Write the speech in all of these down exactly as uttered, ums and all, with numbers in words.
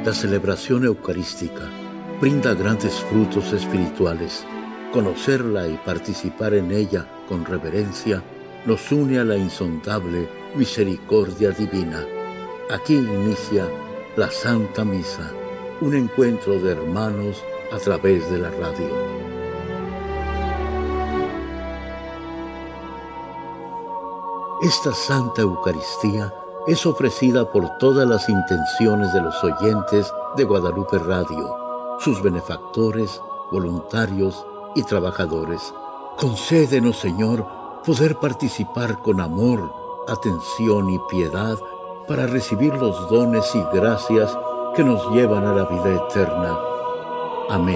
La celebración eucarística brinda grandes frutos espirituales. Conocerla y participar en ella con reverencia nos une a la insondable misericordia divina. Aquí inicia la Santa Misa, un encuentro de hermanos a través de la radio. Esta Santa Eucaristía es ofrecida por todas las intenciones de los oyentes de Guadalupe Radio, sus benefactores, voluntarios y trabajadores. Concédenos, Señor, poder participar con amor, atención y piedad para recibir los dones y gracias que nos llevan a la vida eterna. Amén.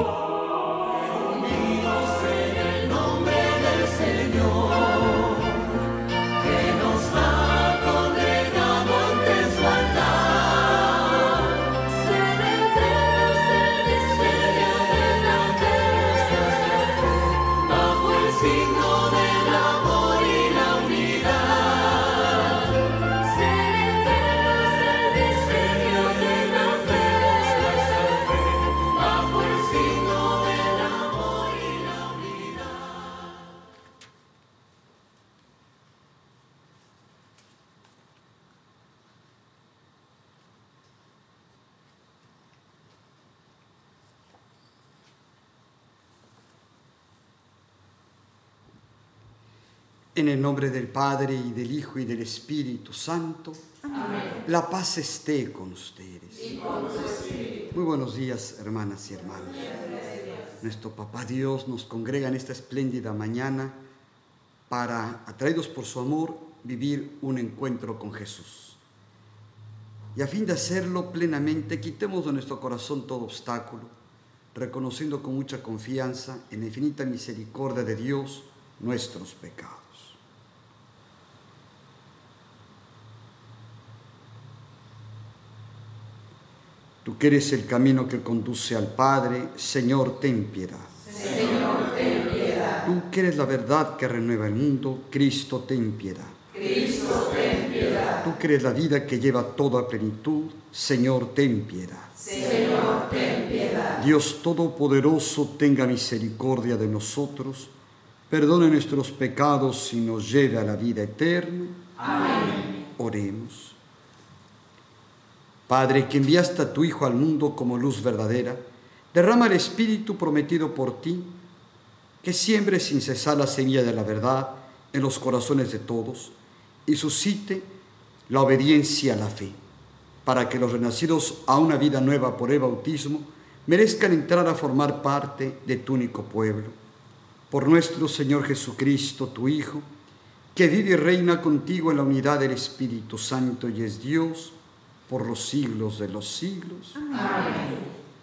En el nombre del Padre, y del Hijo, y del Espíritu Santo. Amén. La paz esté con ustedes. Y con tu espíritu. Muy buenos días, hermanas y hermanos. Nuestro Papá Dios nos congrega en esta espléndida mañana para, atraídos por su amor, vivir un encuentro con Jesús. Y a fin de hacerlo plenamente, quitemos de nuestro corazón todo obstáculo, reconociendo con mucha confianza en la infinita misericordia de Dios nuestros pecados. Tú que eres el camino que conduce al Padre, Señor, ten piedad. Señor, ten piedad. Tú que eres la verdad que renueva el mundo, Cristo, ten piedad. Cristo, ten piedad. Tú que eres la vida que lleva toda plenitud, Señor, ten piedad. Señor, ten piedad. Dios Todopoderoso, tenga misericordia de nosotros, perdone nuestros pecados y nos lleve a la vida eterna. Amén. Oremos. Padre, que enviaste a tu Hijo al mundo como luz verdadera, derrama el Espíritu prometido por ti, que siembre sin cesar la semilla de la verdad en los corazones de todos y suscite la obediencia a la fe, para que los renacidos a una vida nueva por el bautismo merezcan entrar a formar parte de tu único pueblo. Por nuestro Señor Jesucristo, tu Hijo, que vive y reina contigo en la unidad del Espíritu Santo y es Dios por los siglos de los siglos. Amén.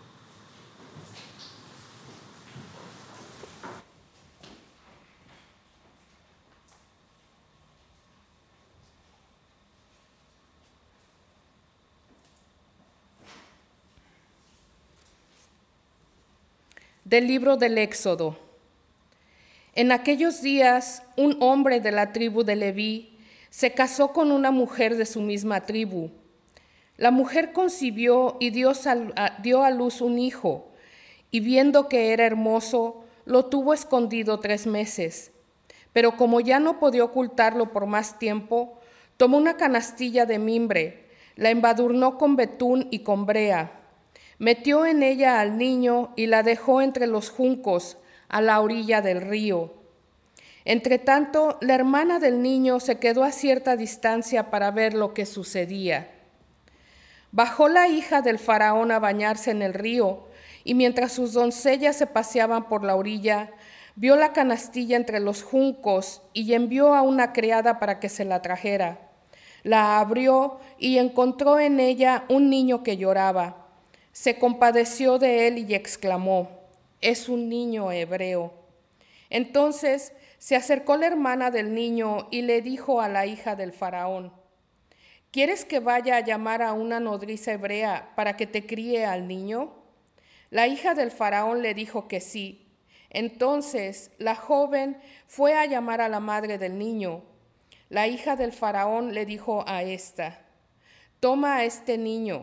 Del libro del Éxodo. En aquellos días, un hombre de la tribu de Leví se casó con una mujer de su misma tribu. La mujer concibió y dio, sal, dio a luz un hijo, y viendo que era hermoso, lo tuvo escondido tres meses. Pero como ya no podía ocultarlo por más tiempo, tomó una canastilla de mimbre, la embadurnó con betún y con brea, metió en ella al niño y la dejó entre los juncos a la orilla del río. Entretanto, la hermana del niño se quedó a cierta distancia para ver lo que sucedía. Bajó la hija del faraón a bañarse en el río, y mientras sus doncellas se paseaban por la orilla, vio la canastilla entre los juncos y envió a una criada para que se la trajera. La abrió y encontró en ella un niño que lloraba. Se compadeció de él y exclamó: «Es un niño hebreo». Entonces se acercó la hermana del niño y le dijo a la hija del faraón: «¿Quieres que vaya a llamar a una nodriza hebrea para que te críe al niño?». La hija del faraón le dijo que sí. Entonces la joven fue a llamar a la madre del niño. La hija del faraón le dijo a ésta: «Toma a este niño,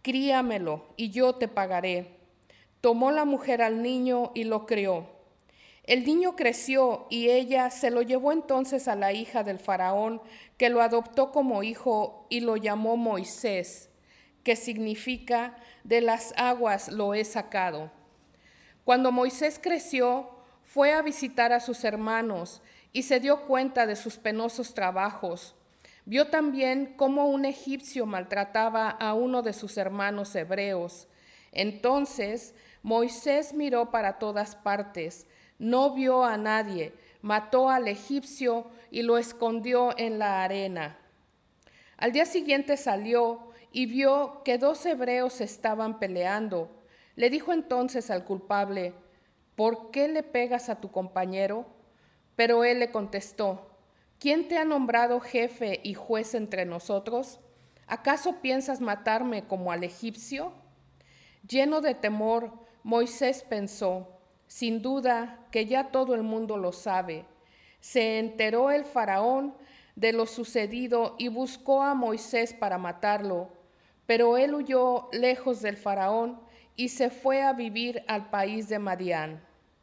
críamelo y yo te pagaré. Tomó la mujer al niño y lo crió. El niño creció y ella se lo llevó entonces a la hija del faraón, que lo adoptó como hijo y lo llamó Moisés, que significa de las aguas lo he sacado. Cuando Moisés creció, fue a visitar a sus hermanos y se dio cuenta de sus penosos trabajos. Vio también cómo un egipcio maltrataba a uno de sus hermanos hebreos. Entonces Moisés miró para todas partes, no vio a nadie, mató al egipcio y lo escondió en la arena. Al día siguiente salió y vio que dos hebreos estaban peleando. Le dijo entonces al culpable: ¿por qué le pegas a tu compañero? Pero él le contestó: ¿quién te ha nombrado jefe y juez entre nosotros? ¿Acaso piensas matarme como al egipcio? Lleno de temor, Moisés pensó: sin duda que ya todo el mundo lo sabe. Se enteró el faraón de lo sucedido y buscó a Moisés para matarlo, pero él huyó lejos del faraón y se fue a vivir al país de Madián.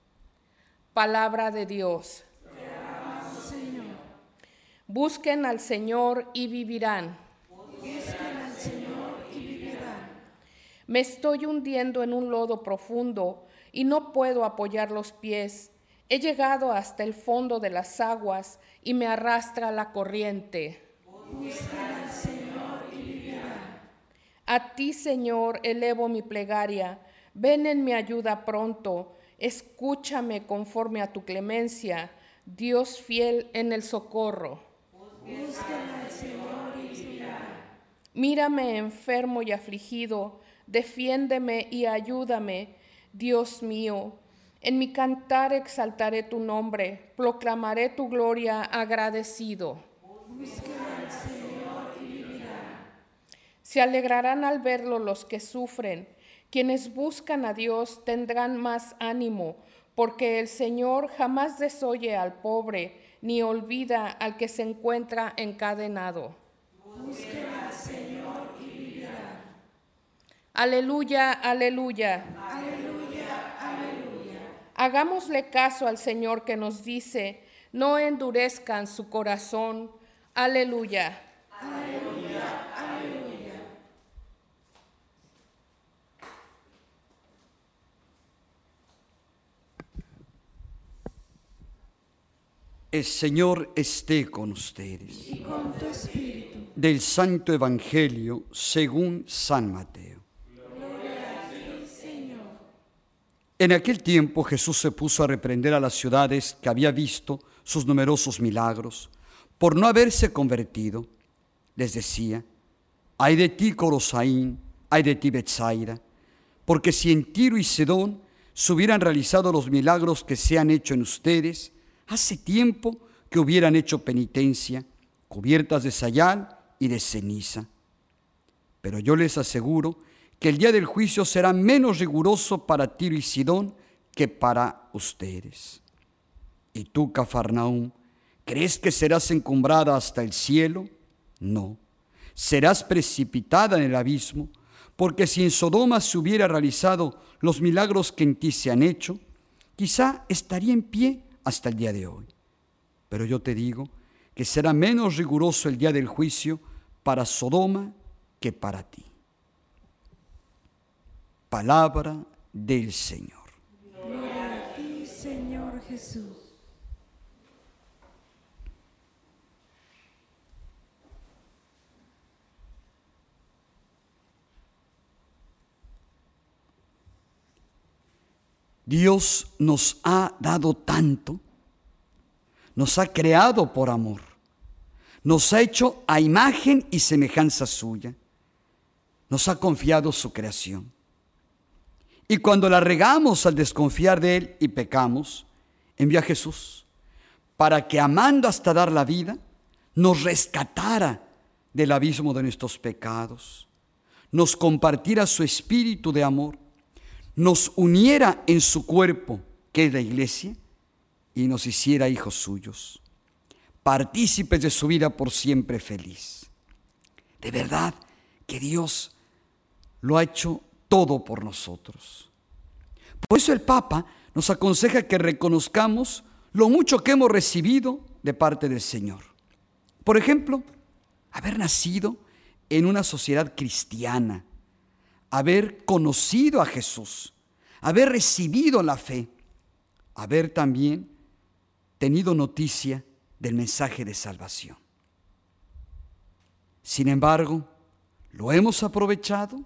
Palabra de Dios. Te amamos, Señor. Busquen al Señor y vivirán. Busquen al Señor y vivirán. Me estoy hundiendo en un lodo profundo y no puedo apoyar los pies. He llegado hasta el fondo de las aguas y me arrastra la corriente. Busquen al Señor y vivirán. A ti, Señor, elevo mi plegaria. Ven en mi ayuda pronto. Escúchame conforme a tu clemencia, Dios fiel en el socorro. Busquen al Señor y vivirán. Mírame enfermo y afligido, defiéndeme y ayúdame, Dios mío. En mi cantar exaltaré tu nombre, proclamaré tu gloria agradecido. Busquen al Señor y vivirán. Se alegrarán al verlo los que sufren. Quienes buscan a Dios tendrán más ánimo, porque el Señor jamás desoye al pobre, ni olvida al que se encuentra encadenado. Busquen al Señor y vivirán. Aleluya, aleluya. Aleluya, aleluya. Hagámosle caso al Señor que nos dice: no endurezcan su corazón. Aleluya. Aleluya, aleluya. El Señor esté con ustedes. Y con tu espíritu. Del Santo Evangelio según San Mateo. Gloria a ti, Señor. En aquel tiempo Jesús se puso a reprender a las ciudades que había visto sus numerosos milagros, por no haberse convertido. Les decía: ay de ti, Corosaín, ay de ti, Betsaida, porque si en Tiro y Sidón se hubieran realizado los milagros que se han hecho en ustedes, hace tiempo que hubieran hecho penitencia, cubiertas de sayal y de ceniza. Pero yo les aseguro que el día del juicio será menos riguroso para Tiro y Sidón que para ustedes. ¿Y tú, Cafarnaúm, crees que serás encumbrada hasta el cielo? No, serás precipitada en el abismo, porque si en Sodoma se hubiera realizado los milagros que en ti se han hecho, quizá estaría en pie hasta el día de hoy. Pero yo te digo que será menos riguroso el día del juicio para Sodoma que para ti. Palabra del Señor. Gloria a ti, Señor Jesús. Dios nos ha dado tanto, nos ha creado por amor, nos ha hecho a imagen y semejanza suya, nos ha confiado su creación. Y cuando la regamos al desconfiar de Él y pecamos, envió a Jesús para que, amando hasta dar la vida, nos rescatara del abismo de nuestros pecados, nos compartiera su espíritu de amor, nos uniera en su cuerpo, que es la Iglesia, y nos hiciera hijos suyos, partícipes de su vida por siempre feliz. De verdad que Dios lo ha hecho todo por nosotros. Por eso el Papa nos aconseja que reconozcamos lo mucho que hemos recibido de parte del Señor. Por ejemplo, haber nacido en una sociedad cristiana, haber conocido a Jesús, haber recibido la fe, haber también tenido noticia del mensaje de salvación. Sin embargo, ¿lo hemos aprovechado?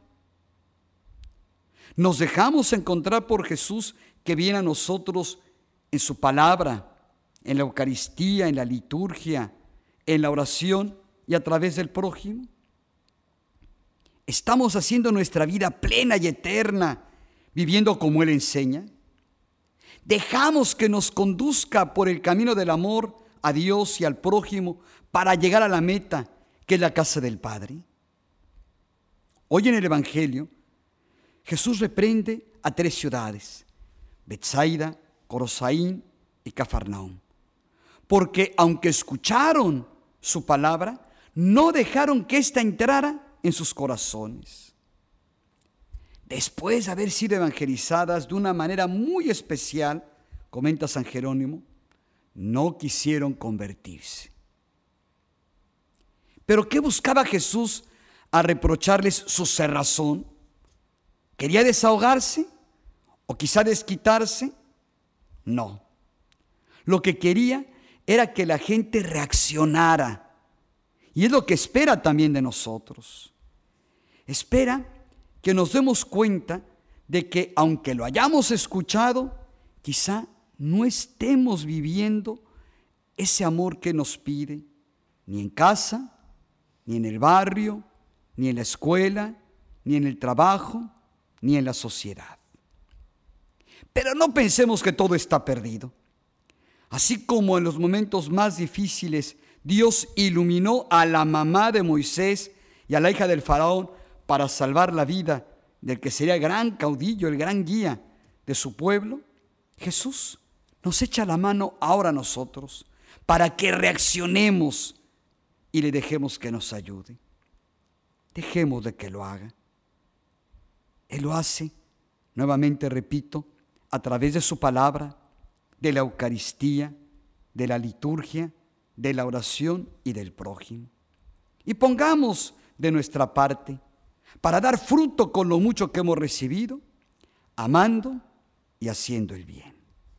¿Nos dejamos encontrar por Jesús que viene a nosotros en su palabra, en la Eucaristía, en la liturgia, en la oración y a través del prójimo? ¿Estamos haciendo nuestra vida plena y eterna, viviendo como Él enseña? ¿Dejamos que nos conduzca por el camino del amor a Dios y al prójimo para llegar a la meta, que es la casa del Padre? Hoy en el Evangelio, Jesús reprende a tres ciudades, Betsaida, Corosaín y Cafarnaúm, porque aunque escucharon su palabra, no dejaron que ésta entrara en sus corazones. Después de haber sido evangelizadas de una manera muy especial, comenta San Jerónimo, no quisieron convertirse. ¿Pero qué buscaba Jesús al reprocharles su cerrazón? ¿Quería desahogarse? ¿O quizá desquitarse? No. Lo que quería era que la gente reaccionara. Y es lo que espera también de nosotros. Espera que nos demos cuenta de que aunque lo hayamos escuchado, quizá no estemos viviendo ese amor que nos pide, ni en casa, ni en el barrio, ni en la escuela, ni en el trabajo, ni en la sociedad. Pero no pensemos que todo está perdido. Así como en los momentos más difíciles Dios iluminó a la mamá de Moisés y a la hija del faraón para salvar la vida del que sería el gran caudillo, el gran guía de su pueblo, Jesús nos echa la mano ahora a nosotros para que reaccionemos y le dejemos que nos ayude. Dejemos de que lo haga. Él lo hace, nuevamente repito, a través de su palabra, de la Eucaristía, de la liturgia, de la oración y del prójimo. Y pongamos de nuestra parte para dar fruto con lo mucho que hemos recibido, amando y haciendo el bien.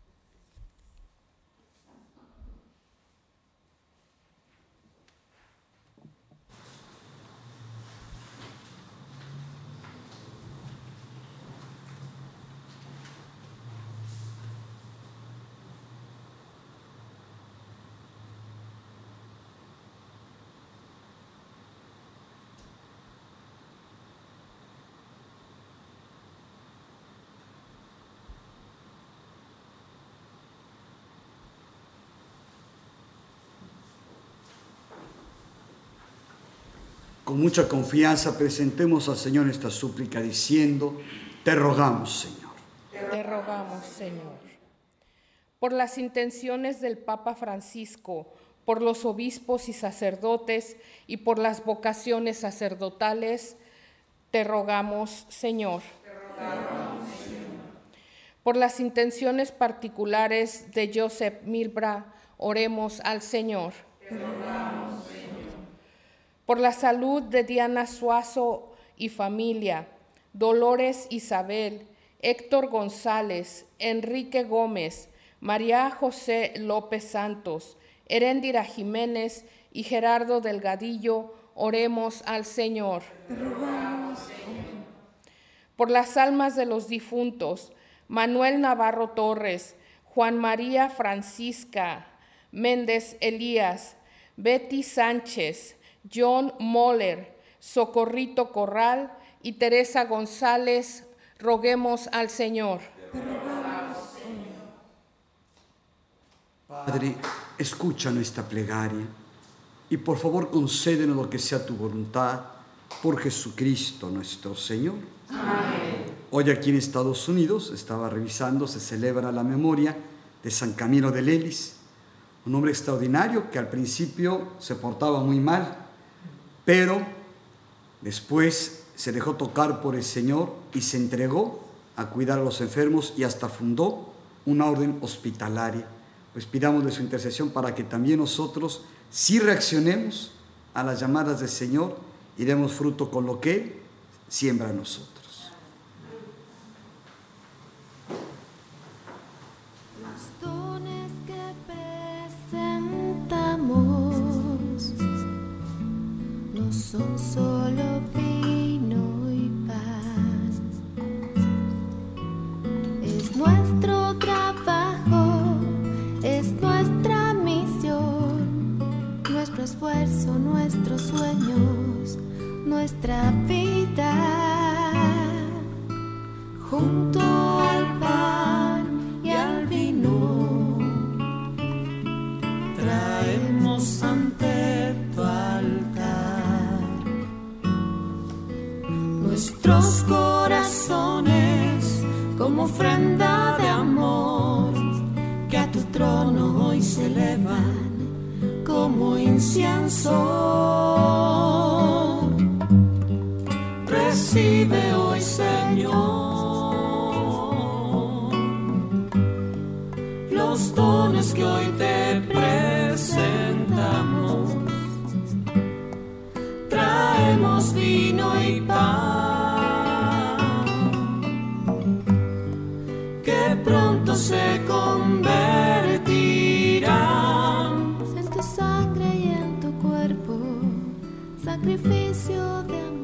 Con mucha confianza presentemos al Señor esta súplica diciendo: te rogamos, Señor. Te rogamos, Señor. Por las intenciones del Papa Francisco, por los obispos y sacerdotes y por las vocaciones sacerdotales, te rogamos, Señor. Te rogamos, Señor. Por las intenciones particulares de Joseph Milbra, oremos al Señor. Te rogamos, Señor. Por la salud de Diana Suazo y familia, Dolores Isabel, Héctor González, Enrique Gómez, María José López Santos, Heréndira Jiménez y Gerardo Delgadillo, oremos al Señor. Te rogamos, Señor. Por las almas de los difuntos, Manuel Navarro Torres, Juan María Francisca Méndez Elías, Betty Sánchez, John Moller, Socorrito Corral y Teresa González, roguemos al Señor. Te rogamos, Señor. Padre, escucha nuestra plegaria y por favor concédenos lo que sea tu voluntad por Jesucristo nuestro Señor. Amén. Hoy aquí en Estados Unidos, estaba revisando, se celebra la memoria de San Camilo de Lelis, un hombre extraordinario que al principio se portaba muy mal, pero después se dejó tocar por el Señor y se entregó a cuidar a los enfermos y hasta fundó una orden hospitalaria. Pues pidamos de su intercesión para que también nosotros sí reaccionemos a las llamadas del Señor y demos fruto con lo que Él siembra en nosotros. Los dones que presentamos no son solo vino y pan, es nuestro trabajo, es nuestra misión, nuestro esfuerzo, nuestros sueños, nuestra vida, junto al pan y al vino, traemos ante tu altar nuestros corazones como ofrenda de amor que a tu trono hoy se elevan como incienso. Recibe hoy, Señor, los dones que hoy te presentamos. Traemos vino y pan que pronto se convertirán en tu sangre y en tu cuerpo, sacrificio de amor.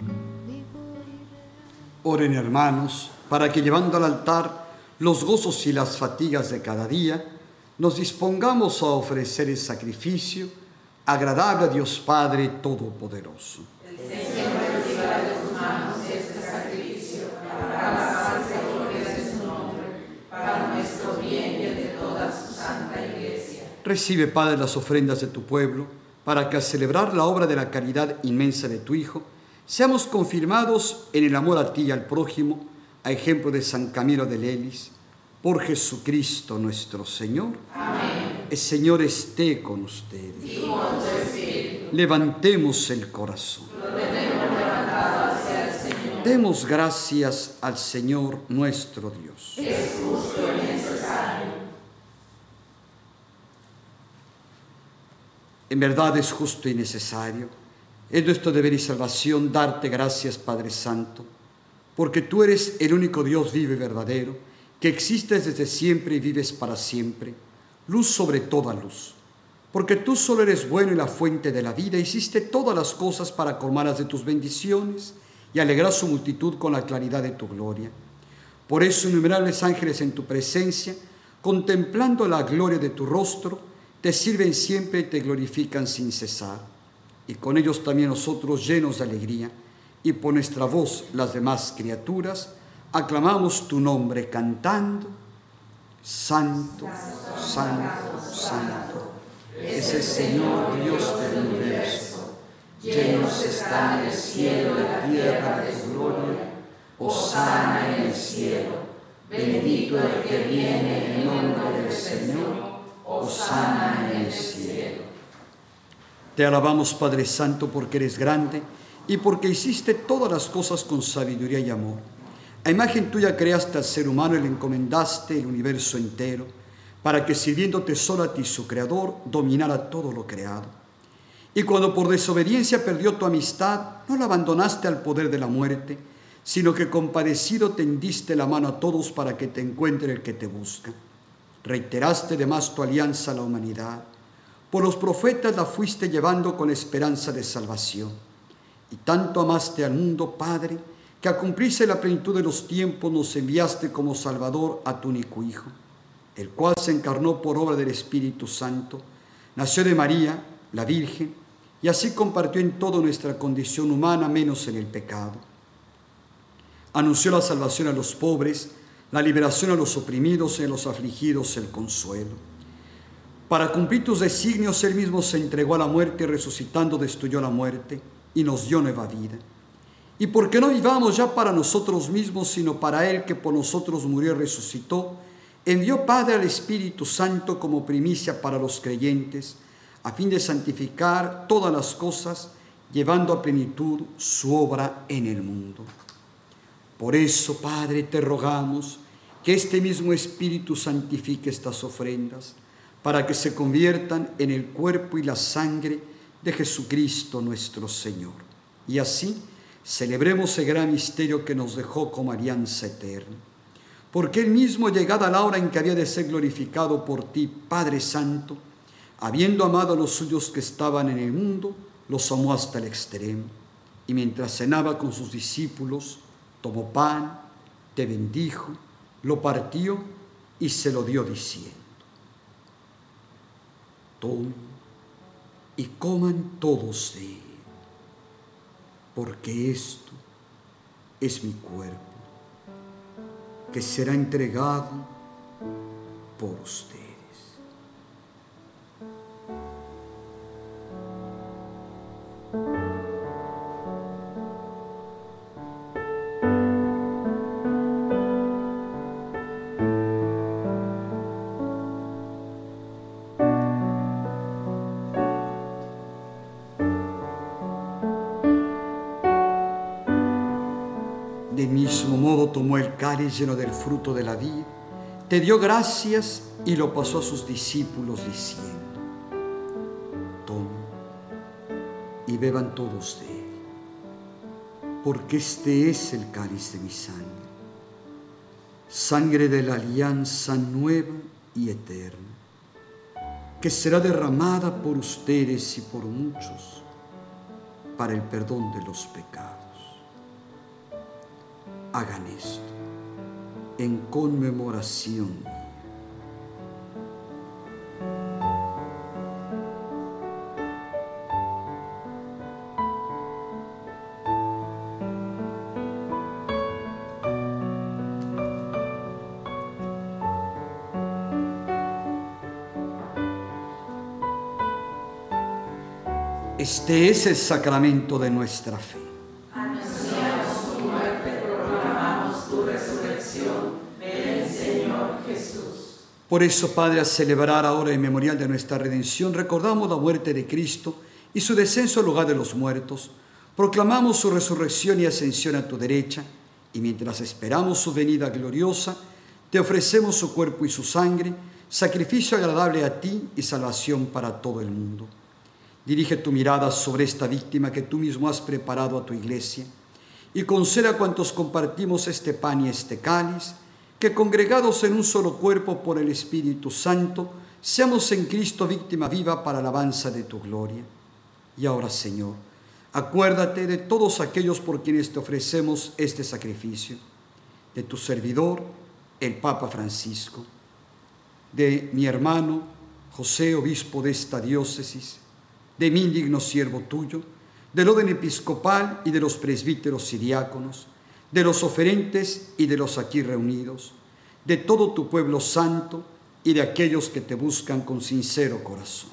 Oren, hermanos, para que llevando al altar los gozos y las fatigas de cada día, nos dispongamos a ofrecer el sacrificio agradable a Dios Padre Todopoderoso. El Señor reciba de tus manos este sacrificio para la alabanza y gloria de su nombre, para nuestro bien y el de toda su santa Iglesia. Recibe, Padre, las ofrendas de tu pueblo, para que al celebrar la obra de la caridad inmensa de tu Hijo, seamos confirmados en el amor a ti y al prójimo, a ejemplo de San Camilo de Lelis, por Jesucristo nuestro Señor. Amén. El Señor esté con ustedes. Y con tu espíritu. Levantemos el corazón. Lo tenemos levantado hacia el Señor. Demos gracias al Señor nuestro Dios. Es justo y necesario. En verdad es justo y necesario. Es nuestro deber y salvación darte gracias, Padre Santo, porque tú eres el único Dios vivo y verdadero, que existes desde siempre y vives para siempre, luz sobre toda luz. Porque tú solo eres bueno y la fuente de la vida, hiciste todas las cosas para colmarlas de tus bendiciones y alegrar su multitud con la claridad de tu gloria. Por eso innumerables ángeles en tu presencia, contemplando la gloria de tu rostro, te sirven siempre y te glorifican sin cesar. Y con ellos también nosotros, llenos de alegría, y por nuestra voz las demás criaturas, aclamamos tu nombre cantando: Santo, Santo, Santo, es el Señor Dios del universo. Llenos están el cielo y la tierra de tu gloria. Hosana en el cielo. Bendito el que viene en nombre del Señor. Hosana en el cielo. Te alabamos, Padre Santo, porque eres grande y porque hiciste todas las cosas con sabiduría y amor. A imagen tuya creaste al ser humano y le encomendaste el universo entero, para que, sirviéndote solo a ti, su Creador, dominara todo lo creado. Y cuando por desobediencia perdió tu amistad, no la abandonaste al poder de la muerte, sino que compadecido tendiste la mano a todos para que te encuentre el que te busca. Reiteraste además tu alianza a la humanidad. Por los profetas la fuiste llevando con esperanza de salvación. Y tanto amaste al mundo, Padre, que al cumplirse la plenitud de los tiempos nos enviaste como Salvador a tu único Hijo, el cual se encarnó por obra del Espíritu Santo, nació de María, la Virgen, y así compartió en toda nuestra condición humana, menos en el pecado. Anunció la salvación a los pobres, la liberación a los oprimidos y a los afligidos el consuelo. Para cumplir tus designios, Él mismo se entregó a la muerte y resucitando destruyó la muerte y nos dio nueva vida. Y porque no vivamos ya para nosotros mismos, sino para Él que por nosotros murió y resucitó, envió Padre al Espíritu Santo como primicia para los creyentes, a fin de santificar todas las cosas llevando a plenitud su obra en el mundo. Por eso, Padre, te rogamos que este mismo Espíritu santifique estas ofrendas, para que se conviertan en el cuerpo y la sangre de Jesucristo nuestro Señor. Y así celebremos el gran misterio que nos dejó como alianza eterna. Porque Él mismo, llegada la hora en que había de ser glorificado por ti, Padre Santo, habiendo amado a los suyos que estaban en el mundo, los amó hasta el extremo. Y mientras cenaba con sus discípulos, tomó pan, te bendijo, lo partió y se lo dio diciendo: tomen y coman todos de él, porque esto es mi cuerpo, que será entregado por ustedes. Del mismo modo tomó el cáliz lleno del fruto de la vid, te dio gracias y lo pasó a sus discípulos diciendo: tomen y beban todos de él, porque este es el cáliz de mi sangre, sangre de la alianza nueva y eterna, que será derramada por ustedes y por muchos para el perdón de los pecados. Hagan esto en conmemoración mía. Este es el sacramento de nuestra fe. Anunciamos tu muerte, proclamamos tu resurrección. Ven, Señor Jesús. Por eso, Padre, al celebrar ahora el memorial de nuestra redención, recordamos la muerte de Cristo y su descenso al lugar de los muertos. Proclamamos su resurrección y ascensión a tu derecha, y mientras esperamos su venida gloriosa, te ofrecemos su cuerpo y su sangre, sacrificio agradable a ti y salvación para todo el mundo. Dirige tu mirada sobre esta víctima que tú mismo has preparado a tu iglesia, y conceda a cuantos compartimos este pan y este cáliz, que congregados en un solo cuerpo por el Espíritu Santo, seamos en Cristo víctima viva para alabanza de tu gloria. Y ahora, Señor, acuérdate de todos aquellos por quienes te ofrecemos este sacrificio, de tu servidor, el Papa Francisco, de mi hermano José, obispo de esta diócesis, de mi indigno siervo tuyo, del orden episcopal y de los presbíteros y diáconos, de los oferentes y de los aquí reunidos, de todo tu pueblo santo y de aquellos que te buscan con sincero corazón.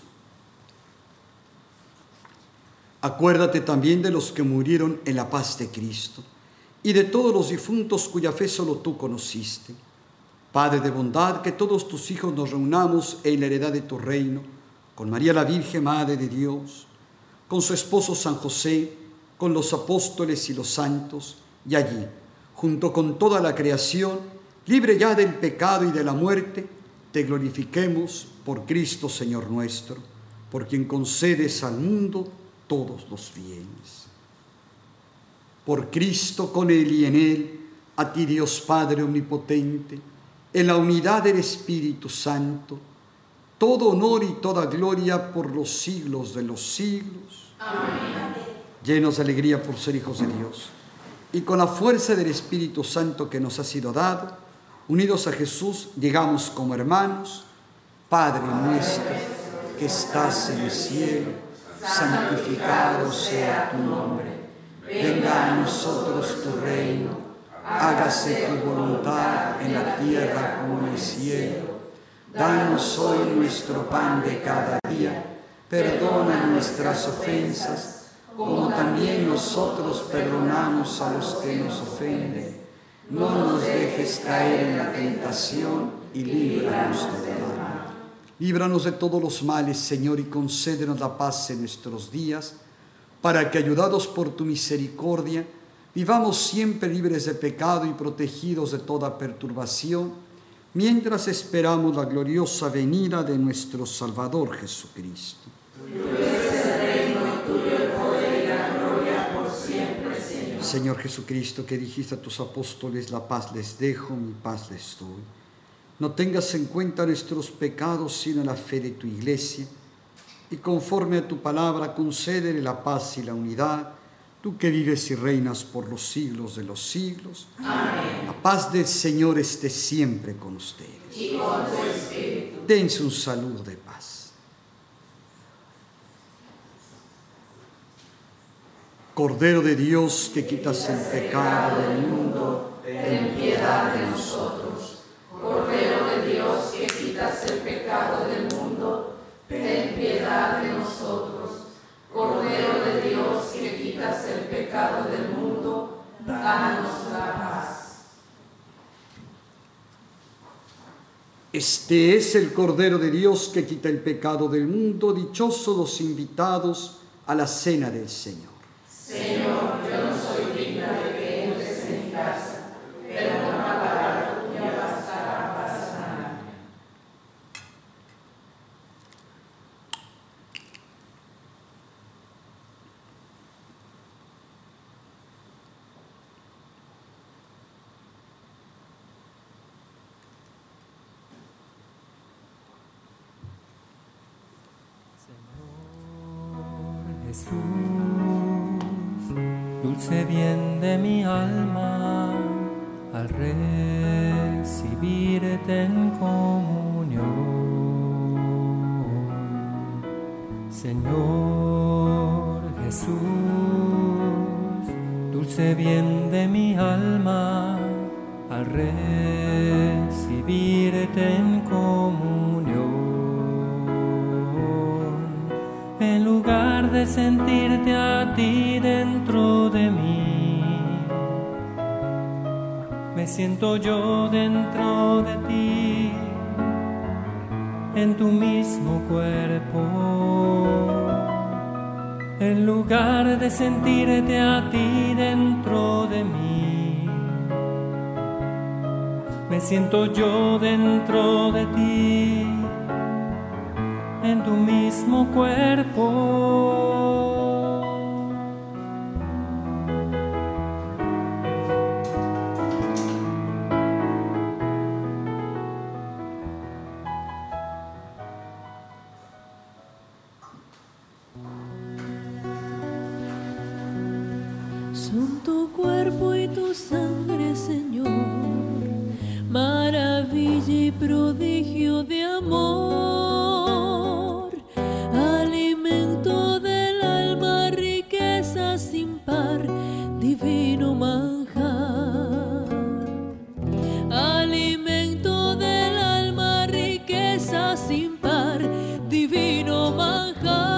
Acuérdate también de los que murieron en la paz de Cristo y de todos los difuntos cuya fe solo tú conociste. Padre de bondad, que todos tus hijos nos reunamos en la heredad de tu reino, con María la Virgen, Madre de Dios, con su esposo San José, con los apóstoles y los santos, y allí, junto con toda la creación, libre ya del pecado y de la muerte, te glorifiquemos por Cristo Señor nuestro, por quien concedes al mundo todos los bienes. Por Cristo, con Él y en Él, a ti Dios Padre omnipotente, en la unidad del Espíritu Santo, todo honor y toda gloria por los siglos de los siglos. Amén. Llenos de alegría por ser hijos de Dios y con la fuerza del Espíritu Santo que nos ha sido dado, unidos a Jesús, llegamos como hermanos. Padre nuestro que estás en el cielo, santificado sea tu nombre. Venga a nosotros tu reino, hágase tu voluntad en la tierra como en el cielo. Danos hoy nuestro pan de cada día, perdona nuestras ofensas, como también nosotros perdonamos a los que nos ofenden. No nos dejes caer en la tentación y líbranos del mal. Líbranos de todos los males, Señor, y concédenos la paz en nuestros días, para que, ayudados por tu misericordia, vivamos siempre libres de pecado y protegidos de toda perturbación, mientras esperamos la gloriosa venida de nuestro Salvador Jesucristo. Tuyo es el reino y tuyo el poder y la gloria por siempre, Señor. Señor Jesucristo, que dijiste a tus apóstoles, la paz les dejo, mi paz les doy. No tengas en cuenta nuestros pecados, sino la fe de tu Iglesia, y conforme a tu palabra concédele la paz y la unidad, tú que vives y reinas por los siglos de los siglos. Amén. La paz del Señor esté siempre con ustedes. Y con tu espíritu. Dense un saludo de paz. Cordero de Dios, que quitas el pecado del mundo, ten piedad de nosotros. Cordero de Dios, que quitas el pecado del mundo, ten piedad de nosotros. Cordero de Dios, que quitas el pecado del mundo, danos la paz. Este es el Cordero de Dios que quita el pecado del mundo. Dichosos los invitados a la cena del Señor. Señor, yo no soy digna de que entres en mi casa, pero una palabra tuya bastará para sanarme. Jesús, dulce bien de mi alma, al recibirte en comunión. Señor Jesús, dulce bien de mi alma, al recibirte en comunión. En lugar de sentirte a ti dentro de mí, me siento yo dentro de ti, en tu mismo cuerpo. En lugar de sentirte a ti dentro de mí, me siento yo dentro de ti, en tu mismo cuerpo. Son tu cuerpo y tu sangre, Señor, maravilla y prodigio de amor, alimento del alma, riqueza sin par, divino manjar. Alimento del alma, riqueza sin par, divino manjar.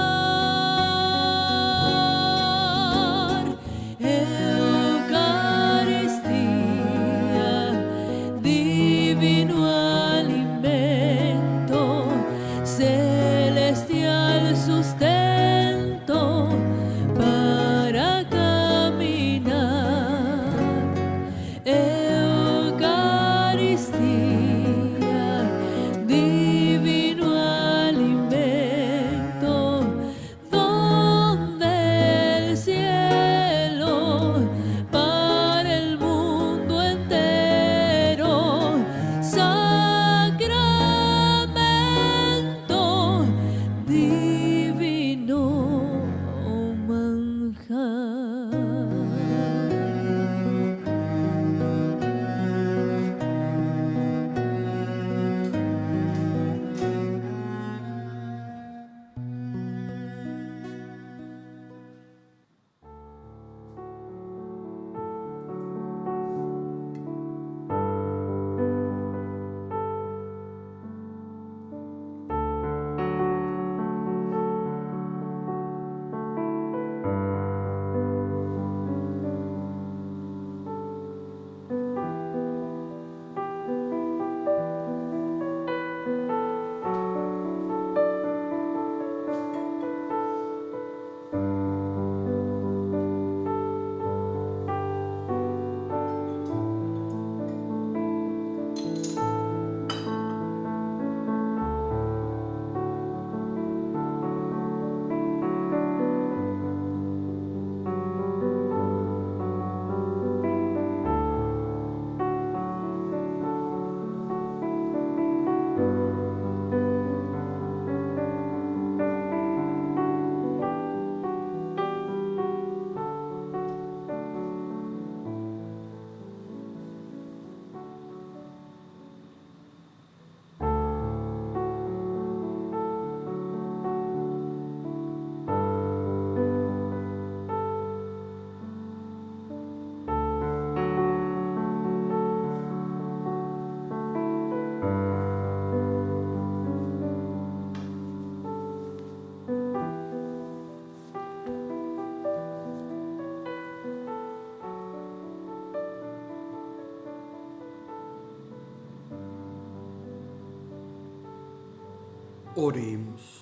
Oremos.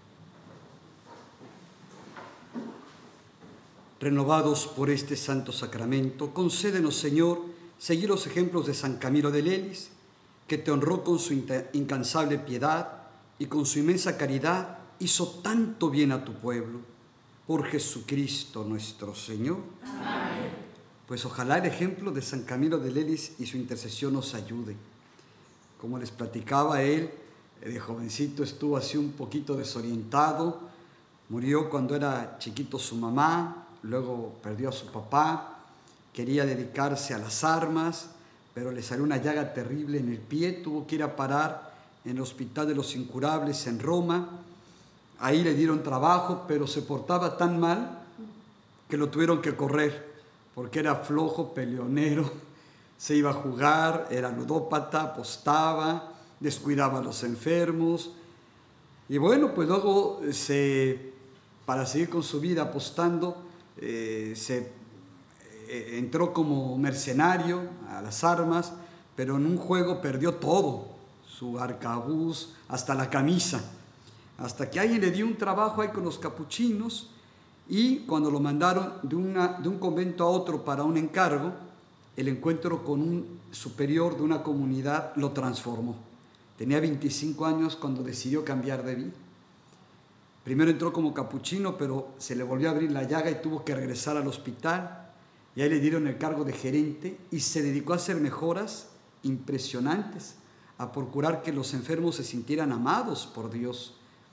Renovados por este santo sacramento, concédenos, Señor, seguir los ejemplos de San Camilo de Lelis, que te honró con su incansable piedad y con su inmensa caridad hizo tanto bien a tu pueblo. Por Jesucristo nuestro Señor. Amén. Pues ojalá el ejemplo de San Camilo de Lelis y su intercesión nos ayude. Como les platicaba él, de jovencito estuvo así un poquito desorientado, murió cuando era chiquito su mamá, luego perdió a su papá, quería dedicarse a las armas, pero le salió una llaga terrible en el pie, tuvo que ir a parar en el Hospital de los Incurables en Roma. Ahí le dieron trabajo, pero se portaba tan mal que lo tuvieron que correr, porque era flojo, peleonero, se iba a jugar, era ludópata, apostaba, descuidaba a los enfermos. Y bueno, pues luego se, para seguir con su vida apostando, eh, se eh, entró como mercenario a las armas, pero en un juego perdió todo, su arcabuz, hasta la camisa. Hasta que alguien le dio un trabajo ahí con los capuchinos y cuando lo mandaron de, una, de un convento a otro para un encargo, el encuentro con un superior de una comunidad lo transformó. Tenía veinticinco años cuando decidió cambiar de vida. Primero entró como capuchino, pero se le volvió a abrir la llaga y tuvo que regresar al hospital. Y ahí le dieron el cargo de gerente y se dedicó a hacer mejoras impresionantes, a procurar que los enfermos se sintieran amados por Dios.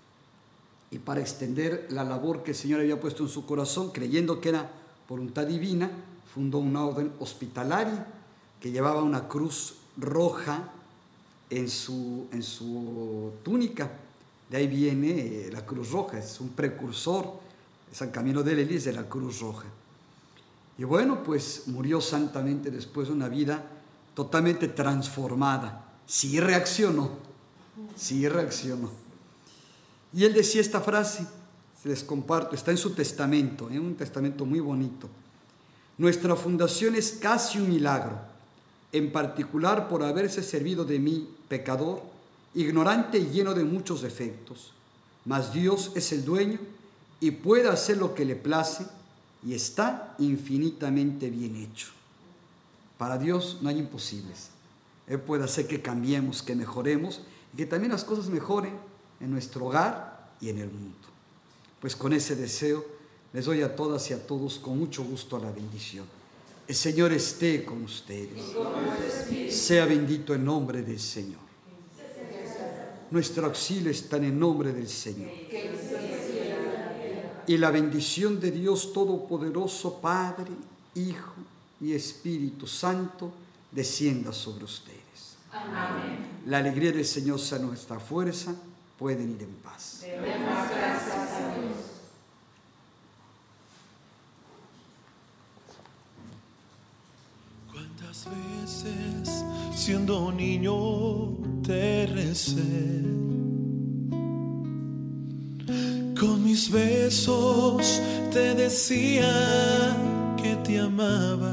Y para extender la labor que el Señor había puesto en su corazón, creyendo que era voluntad divina, fundó una orden hospitalaria que llevaba una cruz roja en su, en su túnica. De ahí viene la cruz roja, es un precursor, San Camilo de Lelis, de la cruz roja. Y bueno, pues murió santamente después de una vida totalmente transformada. Sí reaccionó, sí reaccionó. Y él decía esta frase, se les comparto, está en su testamento, ¿eh? Un testamento muy bonito. Nuestra fundación es casi un milagro, en particular por haberse servido de mí, pecador, ignorante y lleno de muchos defectos. Mas Dios es el dueño y puede hacer lo que le place y está infinitamente bien hecho. Para Dios no hay imposibles. Él puede hacer que cambiemos, que mejoremos y que también las cosas mejoren en nuestro hogar y en el mundo. Pues con ese deseo les doy a todas y a todos con mucho gusto la bendición. El Señor esté con ustedes. Sea bendito el nombre del Señor. Nuestro auxilio está en el nombre del Señor. Y la bendición de Dios Todopoderoso, Padre, Hijo y Espíritu Santo, descienda sobre ustedes. Amén. La alegría del Señor sea nuestra fuerza. Pueden ir en paz. Demos gracias a Dios. ¿Cuántas veces siendo niño te recé? Con mis besos te decía que te amaba.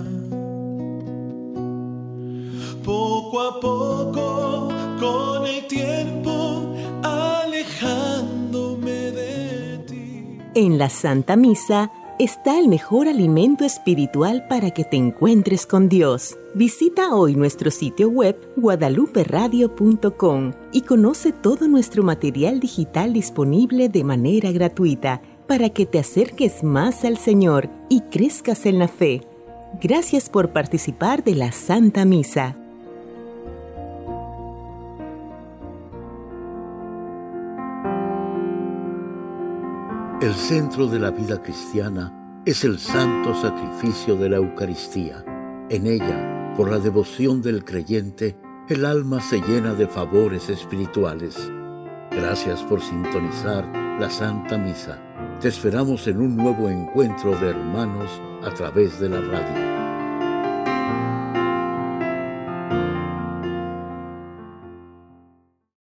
Poco a poco, con el tiempo, alejándome de ti. En la Santa Misa está el mejor alimento espiritual para que te encuentres con Dios. Visita hoy nuestro sitio web guadalupe radio punto com y conoce todo nuestro material digital disponible de manera gratuita para que te acerques más al Señor y crezcas en la fe. Gracias por participar de la Santa Misa. El centro de la vida cristiana es el santo sacrificio de la Eucaristía. En ella, por la devoción del creyente, el alma se llena de favores espirituales. Gracias por sintonizar la Santa Misa. Te esperamos en un nuevo encuentro de hermanos a través de la radio.